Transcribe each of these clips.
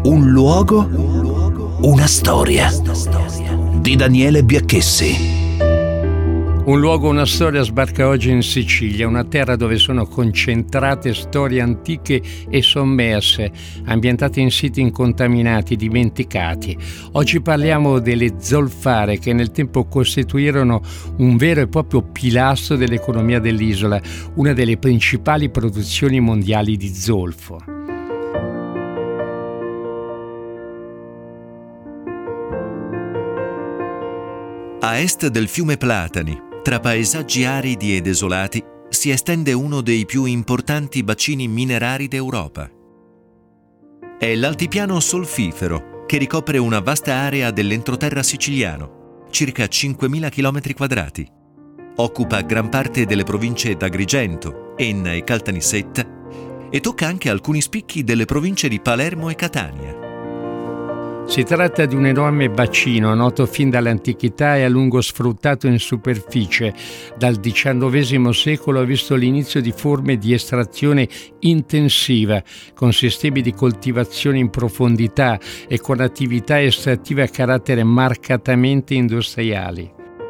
Un luogo, una storia di Daniele Biacchessi. Un luogo, una storia sbarca oggi in Sicilia, una terra dove sono concentrate storie antiche e sommerse, ambientate in siti incontaminati, dimenticati. Oggi parliamo delle zolfare che nel tempo costituirono un vero e proprio pilastro dell'economia dell'isola, una delle principali produzioni mondiali di zolfo. A est del fiume Platani, tra paesaggi aridi ed desolati, si estende uno dei più importanti bacini minerari d'Europa. È l'altipiano solfifero, che ricopre una vasta area dell'entroterra siciliano, circa 5.000 km². Occupa gran parte delle province d'Agrigento, Enna e Caltanissetta e tocca anche alcuni spicchi delle province di Palermo e Catania. Si tratta di un enorme bacino noto fin dall'antichità e a lungo sfruttato in superficie. Dal XIX secolo ha visto l'inizio di forme di estrazione intensiva, con sistemi di coltivazione in profondità e con attività estrattive a carattere marcatamente industriali.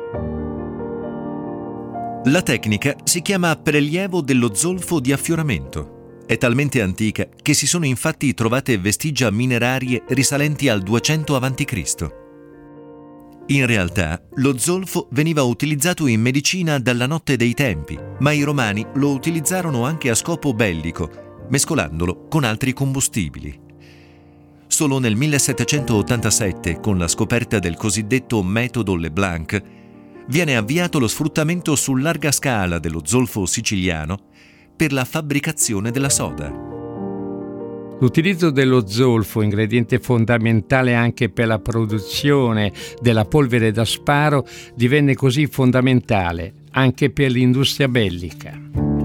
La tecnica si chiama prelievo dello zolfo di affioramento. È talmente antica che si sono infatti trovate vestigia minerarie risalenti al 200 a.C. In realtà, lo zolfo veniva utilizzato in medicina dalla notte dei tempi, ma i romani lo utilizzarono anche a scopo bellico, mescolandolo con altri combustibili. Solo nel 1787, con la scoperta del cosiddetto metodo Leblanc, viene avviato lo sfruttamento su larga scala dello zolfo siciliano per la fabbricazione della soda. L'utilizzo dello zolfo, ingrediente fondamentale anche per la produzione della polvere da sparo, divenne così fondamentale anche per l'industria bellica.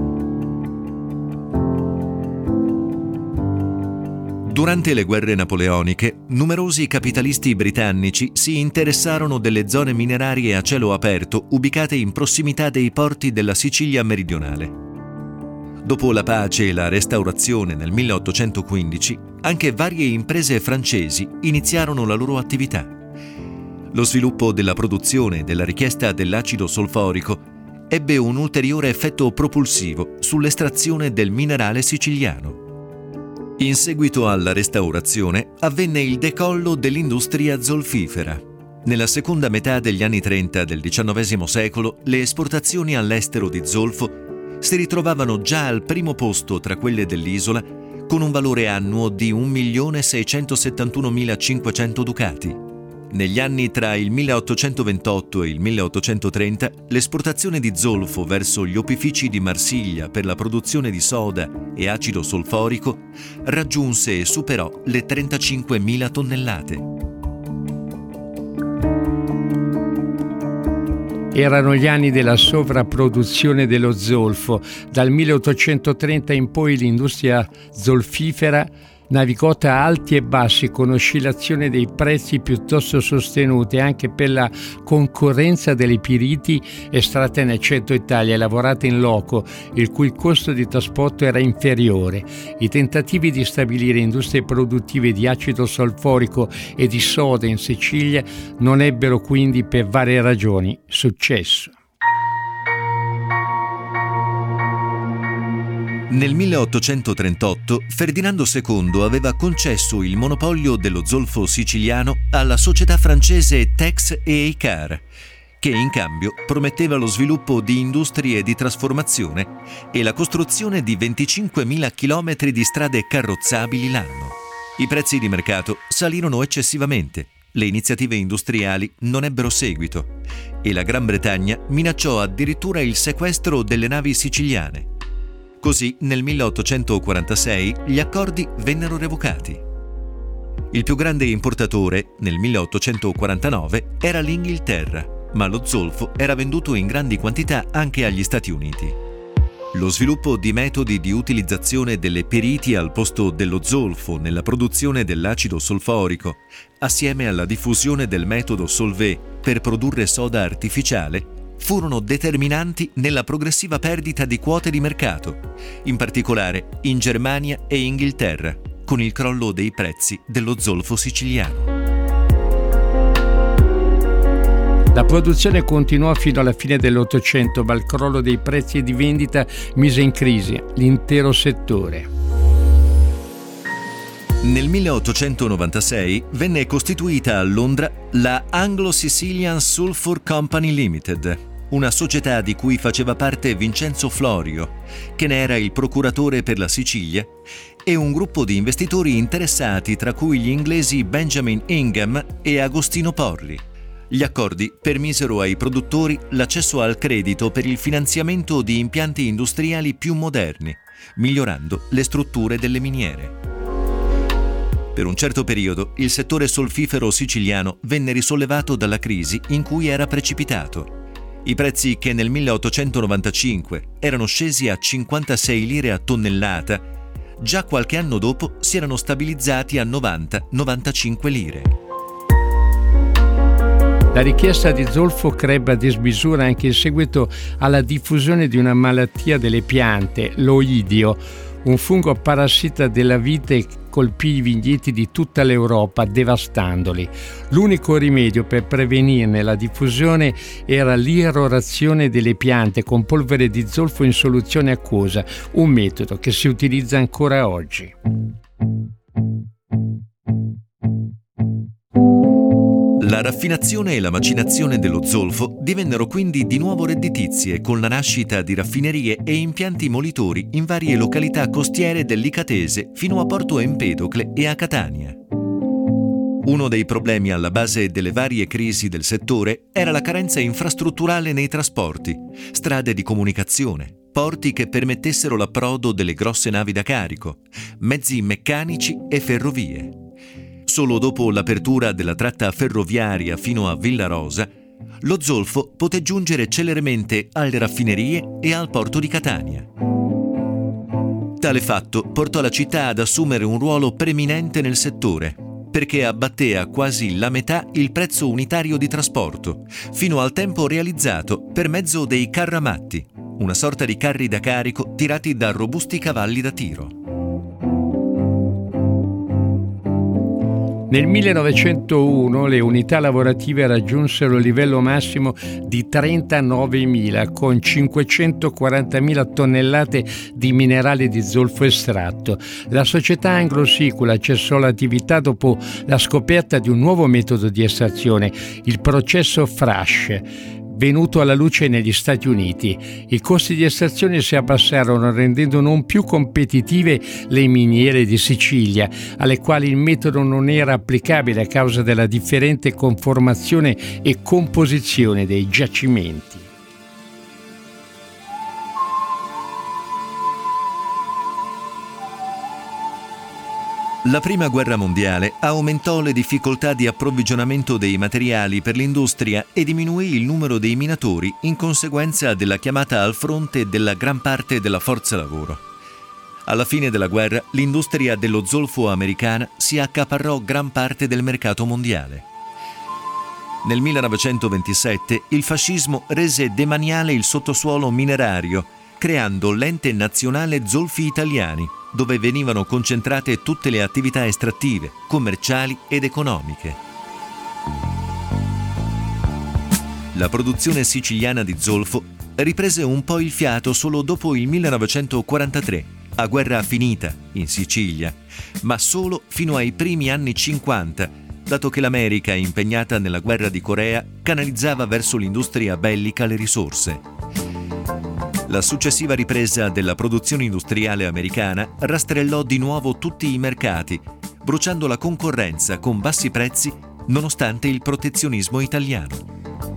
Durante le guerre napoleoniche, numerosi capitalisti britannici si interessarono delle zone minerarie a cielo aperto ubicate in prossimità dei porti della Sicilia meridionale. Dopo la pace e la restaurazione nel 1815, anche varie imprese francesi iniziarono la loro attività. Lo sviluppo della produzione e della richiesta dell'acido solforico ebbe un ulteriore effetto propulsivo sull'estrazione del minerale siciliano. In seguito alla restaurazione avvenne il decollo dell'industria zolfifera. Nella seconda metà degli anni 30 del XIX secolo, le esportazioni all'estero di zolfo si ritrovavano già al primo posto tra quelle dell'isola, con un valore annuo di 1.671.500 ducati. Negli anni tra il 1828 e il 1830, l'esportazione di zolfo verso gli opifici di Marsiglia per la produzione di soda e acido solforico raggiunse e superò le 35.000 tonnellate. Erano gli anni della sovrapproduzione dello zolfo. Dal 1830 in poi l'industria zolfifera navigò tra alti e bassi con oscillazione dei prezzi piuttosto sostenute anche per la concorrenza delle piriti estratte nel centro Italia e lavorate in loco, il cui costo di trasporto era inferiore. I tentativi di stabilire industrie produttive di acido solforico e di soda in Sicilia non ebbero quindi per varie ragioni successo. Nel 1838 Ferdinando II aveva concesso il monopolio dello zolfo siciliano alla società francese Tex e Icare, che in cambio prometteva lo sviluppo di industrie di trasformazione e la costruzione di 25.000 chilometri di strade carrozzabili l'anno. I prezzi di mercato salirono eccessivamente, le iniziative industriali non ebbero seguito e la Gran Bretagna minacciò addirittura il sequestro delle navi siciliane. Così nel 1846 gli accordi vennero revocati. Il più grande importatore, nel 1849, era l'Inghilterra, ma lo zolfo era venduto in grandi quantità anche agli Stati Uniti. Lo sviluppo di metodi di utilizzazione delle piriti al posto dello zolfo nella produzione dell'acido solforico, assieme alla diffusione del metodo Solvay per produrre soda artificiale, furono determinanti nella progressiva perdita di quote di mercato, in particolare in Germania e Inghilterra, con il crollo dei prezzi dello zolfo siciliano. La produzione continuò fino alla fine dell'Ottocento, ma il crollo dei prezzi di vendita mise in crisi l'intero settore. Nel 1896 venne costituita a Londra la Anglo-Sicilian Sulphur Company Limited, una società di cui faceva parte Vincenzo Florio, che ne era il procuratore per la Sicilia, e un gruppo di investitori interessati, tra cui gli inglesi Benjamin Ingham e Agostino Porli. Gli accordi permisero ai produttori l'accesso al credito per il finanziamento di impianti industriali più moderni, migliorando le strutture delle miniere. Per un certo periodo, il settore solfifero siciliano venne risollevato dalla crisi in cui era precipitato. I prezzi, che nel 1895 erano scesi a 56 lire a tonnellata, già qualche anno dopo si erano stabilizzati a 90-95 lire. La richiesta di zolfo crebbe a dismisura anche in seguito alla diffusione di una malattia delle piante, l'oidio, un fungo parassita della vite che colpì i vigneti di tutta l'Europa, devastandoli. L'unico rimedio per prevenirne la diffusione era l'irrorazione delle piante con polvere di zolfo in soluzione acquosa, un metodo che si utilizza ancora oggi. La raffinazione e la macinazione dello zolfo divennero quindi di nuovo redditizie con la nascita di raffinerie e impianti molitori in varie località costiere dell'Icatese fino a Porto Empedocle e a Catania. Uno dei problemi alla base delle varie crisi del settore era la carenza infrastrutturale nei trasporti, strade di comunicazione, porti che permettessero l'approdo delle grosse navi da carico, mezzi meccanici e ferrovie. Solo dopo l'apertura della tratta ferroviaria fino a Villarosa, lo zolfo poté giungere celermente alle raffinerie e al porto di Catania. Tale fatto portò la città ad assumere un ruolo preminente nel settore, perché abbatté a quasi la metà il prezzo unitario di trasporto, fino al tempo realizzato per mezzo dei carramatti, una sorta di carri da carico tirati da robusti cavalli da tiro. Nel 1901 le unità lavorative raggiunsero il livello massimo di 39.000 con 540.000 tonnellate di minerale di zolfo estratto. La società anglo-sicula cessò l'attività dopo la scoperta di un nuovo metodo di estrazione, il processo Frasch, venuto alla luce negli Stati Uniti. I costi di estrazione si abbassarono, rendendo non più competitive le miniere di Sicilia, alle quali il metodo non era applicabile a causa della differente conformazione e composizione dei giacimenti. La Prima Guerra Mondiale aumentò le difficoltà di approvvigionamento dei materiali per l'industria e diminuì il numero dei minatori in conseguenza della chiamata al fronte della gran parte della forza lavoro. Alla fine della guerra, l'industria dello zolfo americana si accaparrò gran parte del mercato mondiale. Nel 1927 il fascismo rese demaniale il sottosuolo minerario, creando l'Ente Nazionale Zolfi Italiani, dove venivano concentrate tutte le attività estrattive, commerciali ed economiche. La produzione siciliana di zolfo riprese un po' il fiato solo dopo il 1943, a guerra finita in Sicilia, ma solo fino ai primi anni 50, dato che l'America, impegnata nella guerra di Corea, canalizzava verso l'industria bellica le risorse. La successiva ripresa della produzione industriale americana rastrellò di nuovo tutti i mercati, bruciando la concorrenza con bassi prezzi nonostante il protezionismo italiano.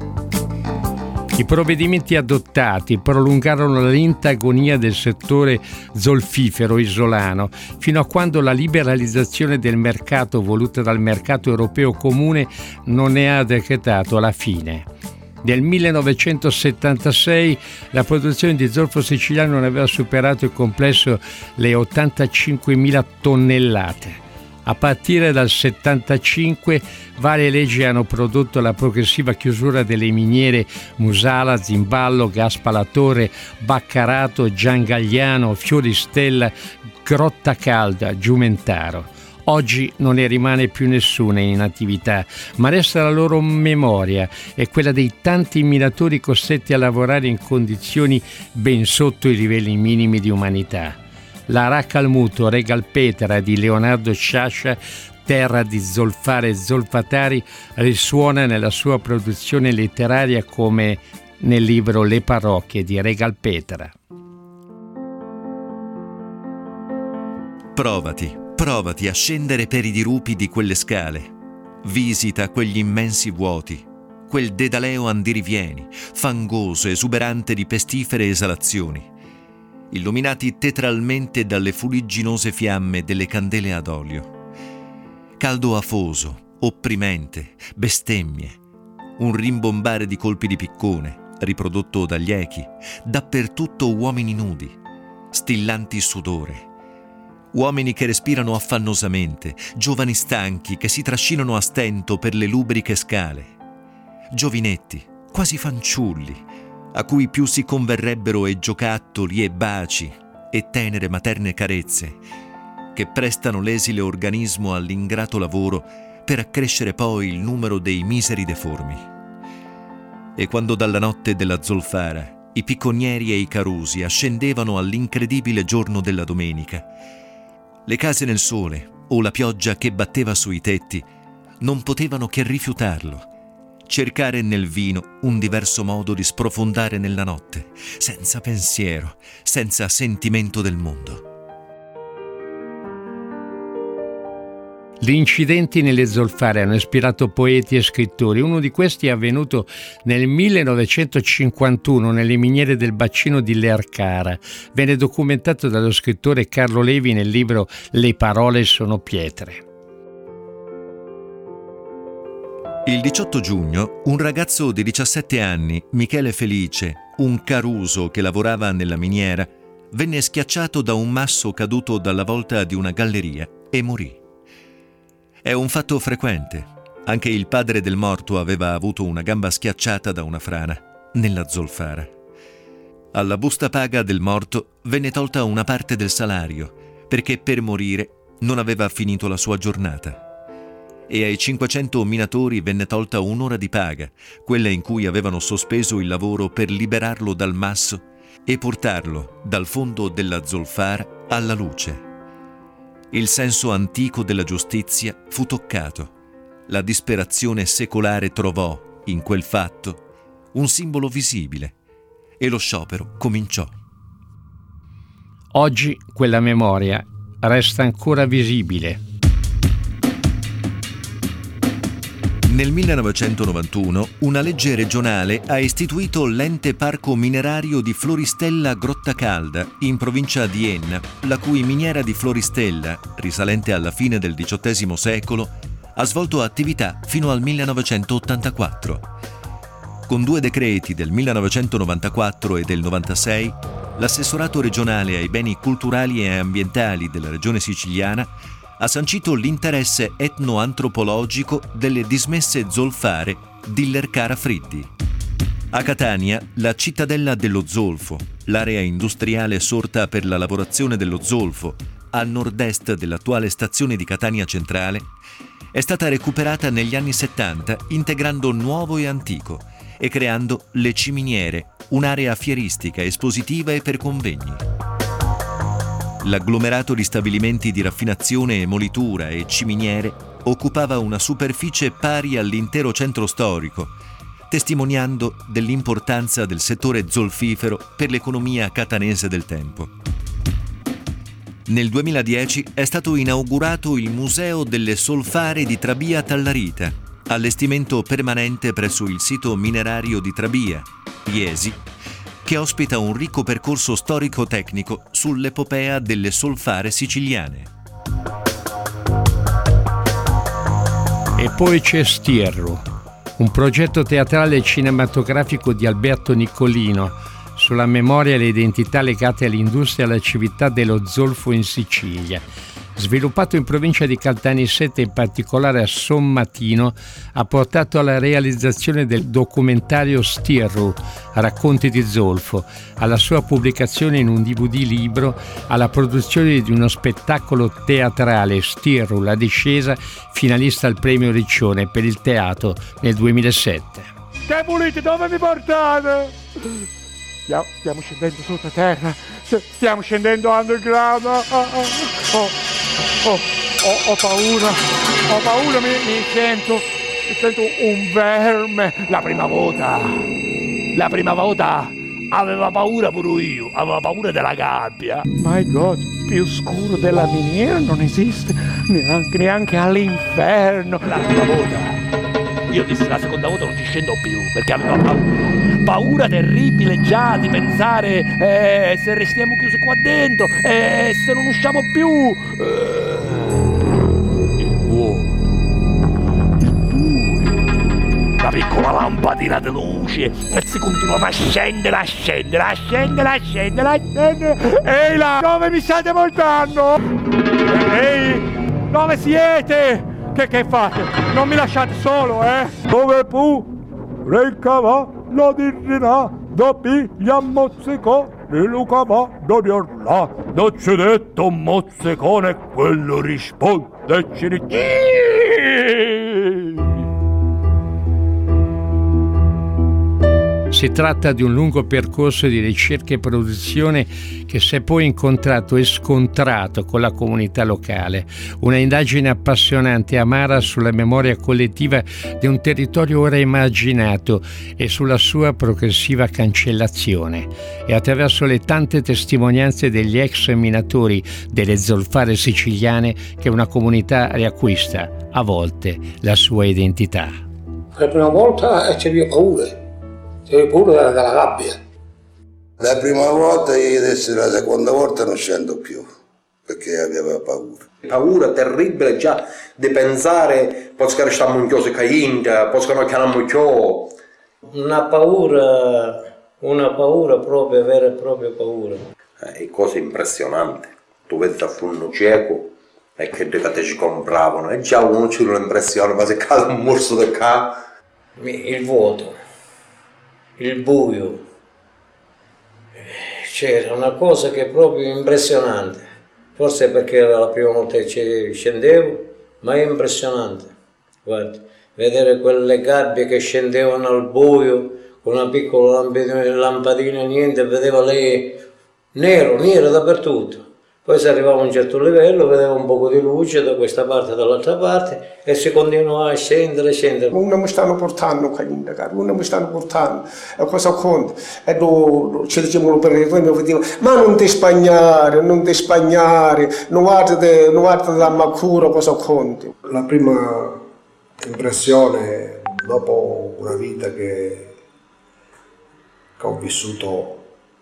I provvedimenti adottati prolungarono la lenta agonia del settore zolfifero isolano, fino a quando la liberalizzazione del mercato voluta dal mercato europeo comune non ne ha decretato la fine. Nel 1976 la produzione di zolfo siciliano non aveva superato il complesso le 85.000 tonnellate. A partire dal 75 varie leggi hanno prodotto la progressiva chiusura delle miniere Musala, Zimballo, Gaspalatore, Baccarato, Giangagliano, Fioristella, Grotta Calda, Giumentaro. Oggi non ne rimane più nessuna in attività, ma resta la loro memoria e quella dei tanti minatori costretti a lavorare in condizioni ben sotto i livelli minimi di umanità. La Racalmuto Regalpetera di Leonardo Sciascia, terra di zolfare e zolfatari, risuona nella sua produzione letteraria come nel libro Le parrocchie di Regalpetera. Provati a scendere per i dirupi di quelle scale. Visita quegli immensi vuoti, quel dedaleo andirivieni, fangoso, esuberante di pestifere esalazioni, illuminati tetralmente dalle fuligginose fiamme delle candele ad olio. Caldo afoso, opprimente, bestemmie, un rimbombare di colpi di piccone, riprodotto dagli echi, dappertutto uomini nudi, stillanti sudore. Uomini che respirano affannosamente, giovani stanchi che si trascinano a stento per le lubriche scale. Giovinetti, quasi fanciulli, a cui più si converrebbero e giocattoli e baci e tenere materne carezze, che prestano l'esile organismo all'ingrato lavoro per accrescere poi il numero dei miseri deformi. E quando dalla notte della zolfara i picconieri e i carusi ascendevano all'incredibile giorno della domenica, le case nel sole o la pioggia che batteva sui tetti non potevano che rifiutarlo, cercare nel vino un diverso modo di sprofondare nella notte, senza pensiero, senza sentimento del mondo. Gli incidenti nelle zolfare hanno ispirato poeti e scrittori. Uno di questi è avvenuto nel 1951 nelle miniere del bacino di Lercara. Venne documentato dallo scrittore Carlo Levi nel libro Le parole sono pietre. Il 18 giugno, un ragazzo di 17 anni, Michele Felice, un caruso che lavorava nella miniera, venne schiacciato da un masso caduto dalla volta di una galleria e morì. È un fatto frequente. Anche il padre del morto aveva avuto una gamba schiacciata da una frana, nella zolfara. Alla busta paga del morto venne tolta una parte del salario, perché per morire non aveva finito la sua giornata. E ai 500 minatori venne tolta un'ora di paga, quella in cui avevano sospeso il lavoro per liberarlo dal masso e portarlo dal fondo della zolfara alla luce. Il senso antico della giustizia fu toccato. La disperazione secolare trovò, in quel fatto, un simbolo visibile e lo sciopero cominciò. Oggi quella memoria resta ancora visibile. Nel 1991 una legge regionale ha istituito l'ente parco minerario di Floristella Grotta Calda, in provincia di Enna, la cui miniera di Floristella, risalente alla fine del XVIII secolo, ha svolto attività fino al 1984. Con 2 decreti del 1994 e del 96, l'assessorato regionale ai beni culturali e ambientali della regione siciliana ha sancito l'interesse etnoantropologico delle dismesse zolfare di Lercara Friddi. A Catania, la cittadella dello zolfo, l'area industriale sorta per la lavorazione dello zolfo, a nord-est dell'attuale stazione di Catania Centrale, è stata recuperata negli anni 70 integrando nuovo e antico e creando le ciminiere, un'area fieristica, espositiva e per convegni. L'agglomerato di stabilimenti di raffinazione e molitura e ciminiere occupava una superficie pari all'intero centro storico, testimoniando dell'importanza del settore zolfifero per l'economia catanese del tempo. Nel 2010 è stato inaugurato il Museo delle Solfare di Trabia Tallarita, allestimento permanente presso il sito minerario di Trabia, Iesi, che ospita un ricco percorso storico-tecnico sull'epopea delle solfare siciliane. E poi c'è Stierro, un progetto teatrale e cinematografico di Alberto Niccolino sulla memoria e le identità legate all'industria e alla civiltà dello zolfo in Sicilia. sviluppato in provincia di Caltanissetta, in particolare a Sommatino, ha portato alla realizzazione del documentario Stirru, Racconti di Zolfo, alla sua pubblicazione in un DVD libro, alla produzione di uno spettacolo teatrale, Stirru, la discesa, finalista al premio Riccione per il teatro nel 2007. Che volete? Dove mi portate? Stiamo scendendo sottoterra, stiamo scendendo underground. Ho paura, mi sento un verme. La prima volta aveva paura pure io, aveva paura della gabbia. My God, più scuro della miniera non esiste, neanche all'inferno. La prima volta, io dissi la seconda volta non ci scendo più, perché avevo paura terribile già di pensare se restiamo chiusi qua dentro, se non usciamo più. Il vuoto, la piccola lampadina di luce, e si continuava a scendere. Ehi là, dove mi state portando? Ehi, dove siete? Che fate? Non mi lasciate solo, Dove pu? Recava la dirina, dopo gli ammozzicò, e lo cavado di orla. Non c'è detto un mozzicone, quello risponde Si tratta di un lungo percorso di ricerca e produzione che si è poi incontrato e scontrato con la comunità locale. Una indagine appassionante e amara sulla memoria collettiva di un territorio ora immaginato e sulla sua progressiva cancellazione. E attraverso le tante testimonianze degli ex minatori delle zolfare siciliane che una comunità riacquista, a volte, la sua identità. La prima volta c'avevo paura. C'è pure della gabbia. La prima volta io adesso la seconda volta non scendo più, perché avevo paura. Paura terribile già di pensare, posso che stiamo chiusi cainta, posso che non chiamiamo più. Una paura proprio, vera e propria paura. È cosa impressionante. Tu vedi da funno cieco e che te ci compravano, e già uno c'è un'impressione, ma se cade un morso di qua. Il vuoto. Il buio, c'era una cosa che è proprio impressionante, forse perché era la prima volta che ci scendevo, ma è impressionante. Guarda, vedere quelle gabbie che scendevano al buio con una piccola lampadina, niente, vedeva lei nero dappertutto. Poi si arrivava a un certo livello, vedeva un po' di luce da questa parte e dall'altra parte e si continuava a scendere. Uno mi stanno portando, uno mi stanno portando, e cosa conta? E ci dicevano per il mi dicevano, ma non ti spagnare, non guarda da macura cosa conti. La prima impressione, dopo una vita che ho vissuto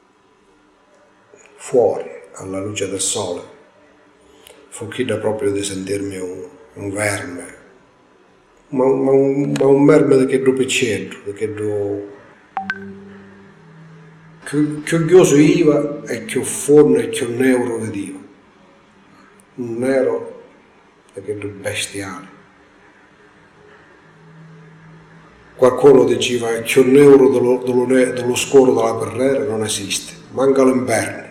fuori, alla luce del sole, fu quella proprio di sentirmi un verme, ma un verme che è piccetto, che chiuso iva e che forno e che nero vediva, un nero che è bestiale. Qualcuno diceva che un nero dello scuro della Perrera non esiste, manca l'inverno.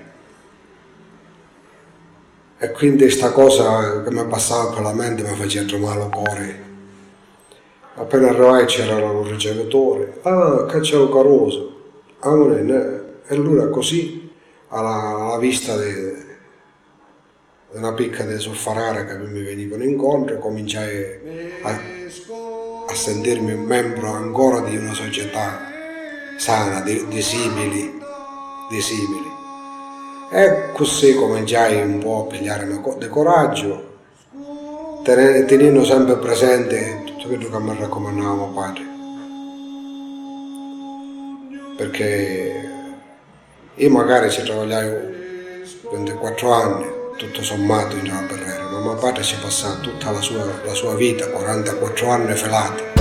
E quindi questa cosa che mi passava per la mente mi faceva tremare il cuore. Appena arrivai c'era il ricevitore, che c'è un caroso, e allora così, alla vista di una picca di soffarare che mi venivano incontro, cominciai a sentirmi un membro ancora di una società sana, di simili. E così cominciai un po' a pigliare di coraggio, tenendo sempre presente tutto quello che mi raccomandava mio padre. Perché io magari ci travagliavo 24 anni, tutto sommato in una Perrera, ma mio padre ci passava tutta la sua vita, 44 anni felati.